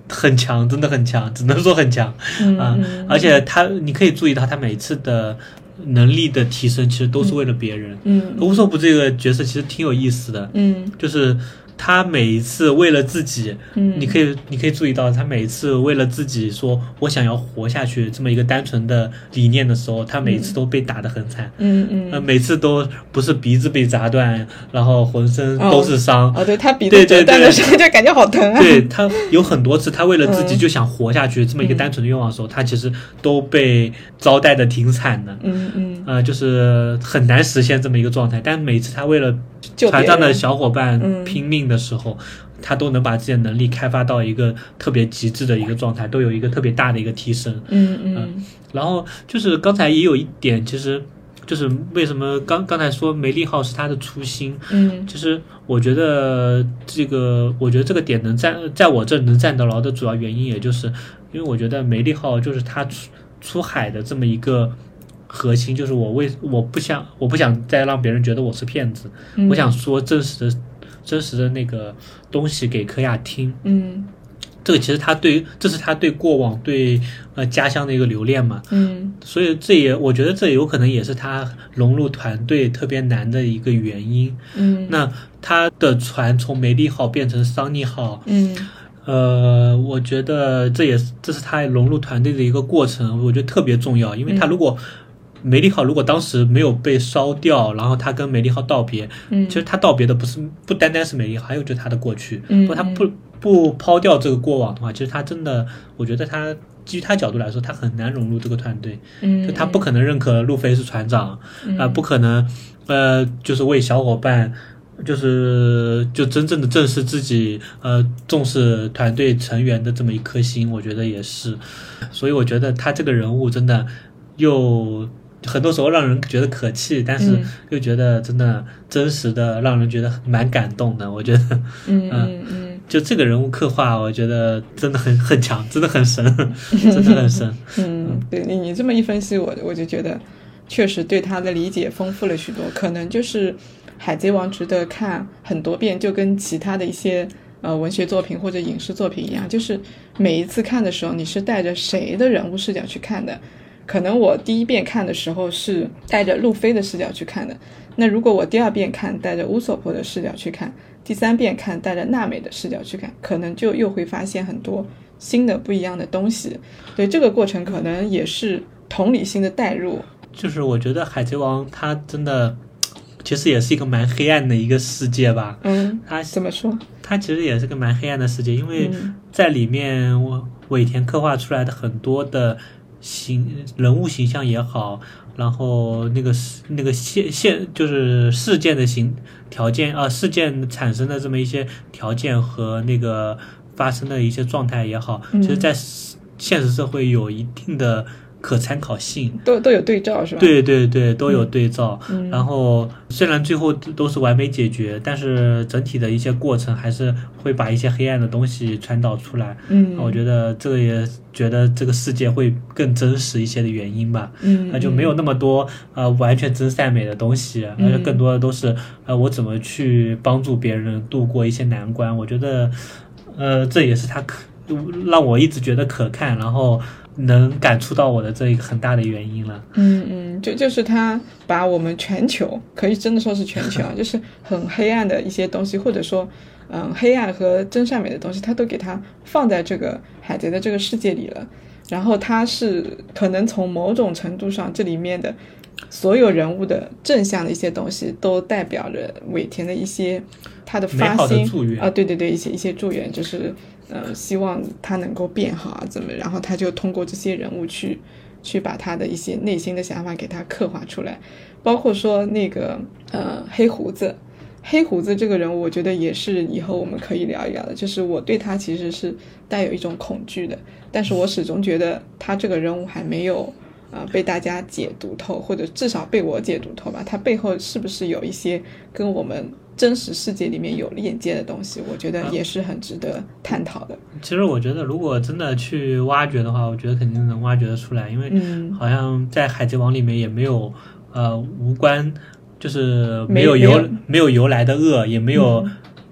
S2: 很强，真的很强，只能说很强而且你可以注意到他每次的能力的提升其实都是为了别人。乌索普这个角色其实挺有意思的，就是他每一次为了自己，你可以注意到他每一次为了自己说我想要活下去这么一个单纯的理念的时候，他每一次都被打得很惨，每次都不是鼻子被砸断，然后浑身都是伤。
S1: 对，他鼻子折断的时候就感觉好疼啊。
S2: 对，他有很多次他为了自己就想活下去这么一个单纯的愿望的时候，他其实都被招待的挺惨的。就是很难实现这么一个状态，但每次他为了船上的小伙伴拼命的时候，他都能把自己的能力开发到一个特别极致的一个状态，都有一个特别大的一个提升。然后就是刚才也有一点，其实就是为什么刚才说梅利号是他的初心。其实我觉得这个点能在我这能站得牢的主要原因，也就是因为我觉得梅利号就是他出海的这么一个核心，就是我不想再让别人觉得我是骗子，我想说真实的那个东西给科亚听。这个其实这是他对过往对家乡的一个留恋嘛。所以我觉得这有可能也是他融入团队特别难的一个原因。那他的船从梅利号变成桑尼号，我觉得这是他融入团队的一个过程，我觉得特别重要。因为他梅利号如果当时没有被烧掉，然后他跟梅利号道别，其实他道别的不单单是梅利号，还有就是他的过去。如果他不抛掉这个过往的话，其实他真的，我觉得他基于他角度来说，他很难融入这个团队。就他不可能认可路飞是船长，不可能就是为小伙伴就真正的正视自己重视团队成员的这么一颗心，我觉得也是。所以我觉得他这个人物真的又很多时候让人觉得可气，但是又觉得真的真实的让人觉得蛮感动的。我觉得就这个人物刻画，我觉得真的很强，真的很神，真的很神。
S1: 对，你这么一分析，我就觉得确实对他的理解丰富了许多。可能就是海贼王值得看很多遍，就跟其他的一些文学作品或者影视作品一样，就是每一次看的时候你是带着谁的人物视角去看的。可能我第一遍看的时候是带着路飞的视角去看的，那如果我第二遍看带着乌索普的视角去看，第三遍看带着娜美的视角去看，可能就又会发现很多新的不一样的东西。对，这个过程可能也是同理心的带入。
S2: 就是我觉得海贼王它真的其实也是一个蛮黑暗的一个世界吧。它
S1: 怎么说？
S2: 它其实也是个蛮黑暗的世界，因为在里面尾田刻画出来的很多的人物形象也好，然后那个就是事件的条件事件产生的这么一些条件和那个发生的一些状态也好，其实在现实社会有一定的可参考性，
S1: 都有对照是吧？
S2: 对对对，都有对照。然后虽然最后都是完美解决，但是整体的一些过程还是会把一些黑暗的东西传导出来。我觉得这个也觉得这个世界会更真实一些的原因吧。就没有那么多完全真善美的东西，而且更多的都是我怎么去帮助别人度过一些难关。我觉得这也是他让我一直觉得可看，然后能感触到我的这一个很大的原因了。
S1: 就是他把我们全球可以真的说是全球啊，就是很黑暗的一些东西，或者说黑暗和真善美的东西，他都给他放在这个海贼的这个世界里了。然后他是可能从某种程度上，这里面的所有人物的正向的一些东西都代表着尾田的一些他的发心，美好的祝愿对对对，一些祝愿，就是希望他能够变好啊怎么，然后他就通过这些人物去把他的一些内心的想法给他刻画出来。包括说那个黑胡子这个人物，我觉得也是以后我们可以聊一聊的。就是我对他其实是带有一种恐惧的，但是我始终觉得他这个人物还没有被大家解读透，或者至少被我解读透吧。他背后是不是有一些跟我们真实世界里面有链接的东西，我觉得也是很值得探讨的。
S2: 其实我觉得如果真的去挖掘的话，我觉得肯定能挖掘得出来。因为好像在海贼王里面也没有无关，就是没有由来的恶，也没有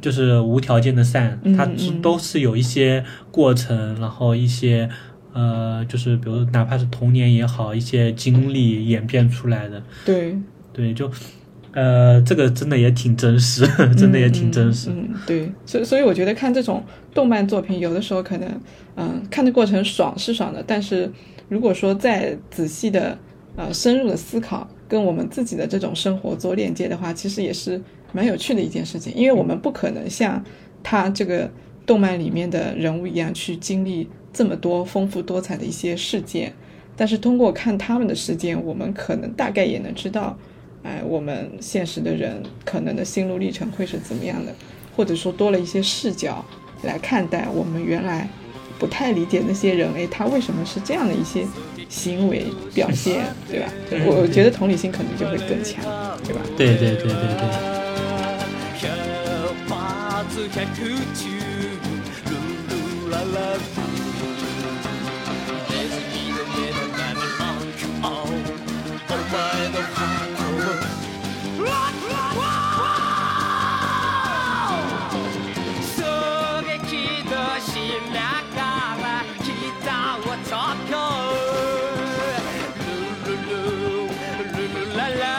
S2: 就是无条件的善，它都是有一些过程，然后一些就是比如哪怕是童年也好，一些经历演变出来的。对，就这个真的也挺真实，真的也挺真实。
S1: 对，所以我觉得看这种动漫作品，有的时候可能看的过程爽是爽的，但是如果说再仔细的深入的思考，跟我们自己的这种生活做链接的话，其实也是蛮有趣的一件事情，因为我们不可能像他这个动漫里面的人物一样去经历这么多丰富多彩的一些事件，但是通过看他们的事件，我们可能大概也能知道我们现实的人可能的心路历程会是怎么样的，或者说多了一些视角来看待我们原来不太理解那些人，他为什么是这样的一些行为表现，对吧？我觉得同理心可能就会更强，对吧？
S2: 对。
S3: La la